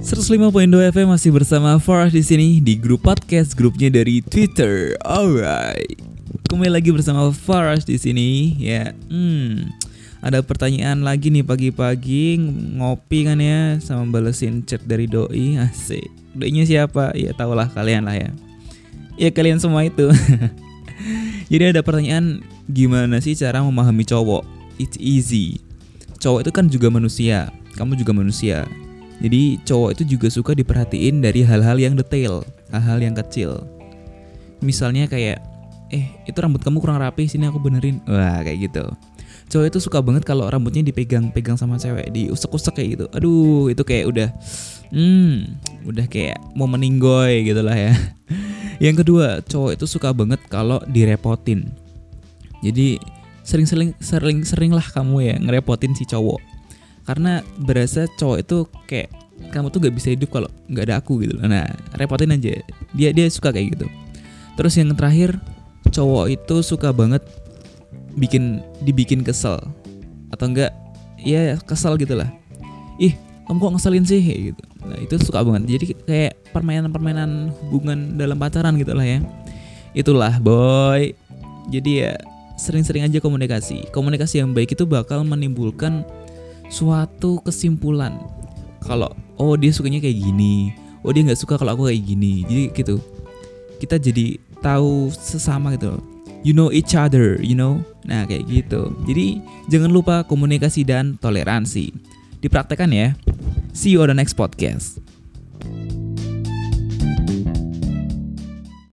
105.2 FM masih bersama Farah di sini di grup podcast, grupnya dari Twitter. Alright, kembali lagi bersama Farah di sini ya. Ada pertanyaan lagi nih pagi-pagi ngopi kan ya, sama balesin chat dari doi. Asik. Doinya siapa? Ya tahulah kalian lah ya. Ya kalian semua itu. Jadi ada pertanyaan, gimana sih cara memahami cowok? It's easy. Cowok itu kan juga manusia, kamu juga manusia. Jadi cowok itu juga suka diperhatiin dari hal-hal yang detail, hal-hal yang kecil. Misalnya kayak, itu rambut kamu kurang rapi, sini aku benerin. Wah, kayak gitu. Cowok itu suka banget kalau rambutnya dipegang-pegang sama cewek, diusek-usek kayak gitu. Aduh, itu kayak udah kayak mau meninggoy gitu lah ya. Yang kedua, cowok itu suka banget kalau direpotin. Jadi sering lah kamu ya ngerepotin si cowok. Karena berasa cowok itu kayak, kamu tuh gak bisa hidup kalau gak ada aku gitu. Nah, repotin aja. Dia suka kayak gitu. Terus yang terakhir, cowok itu suka banget dibikin kesel. Atau enggak, ya kesel gitu lah. Ih, kamu kok ngeselin sih kayak gitu. Nah, itu suka banget. Jadi kayak permainan hubungan dalam pacaran gitu lah ya. Itulah boy. Jadi ya sering-sering aja komunikasi. Komunikasi yang baik itu bakal menimbulkan suatu kesimpulan. Kalau dia sukanya kayak gini, dia nggak suka kalau aku kayak gini. Jadi gitu, kita jadi tahu sesama gitu. You know each other, you know. Nah kayak gitu. Jadi jangan lupa komunikasi dan toleransi. Dipraktekkan ya. See you on the next podcast.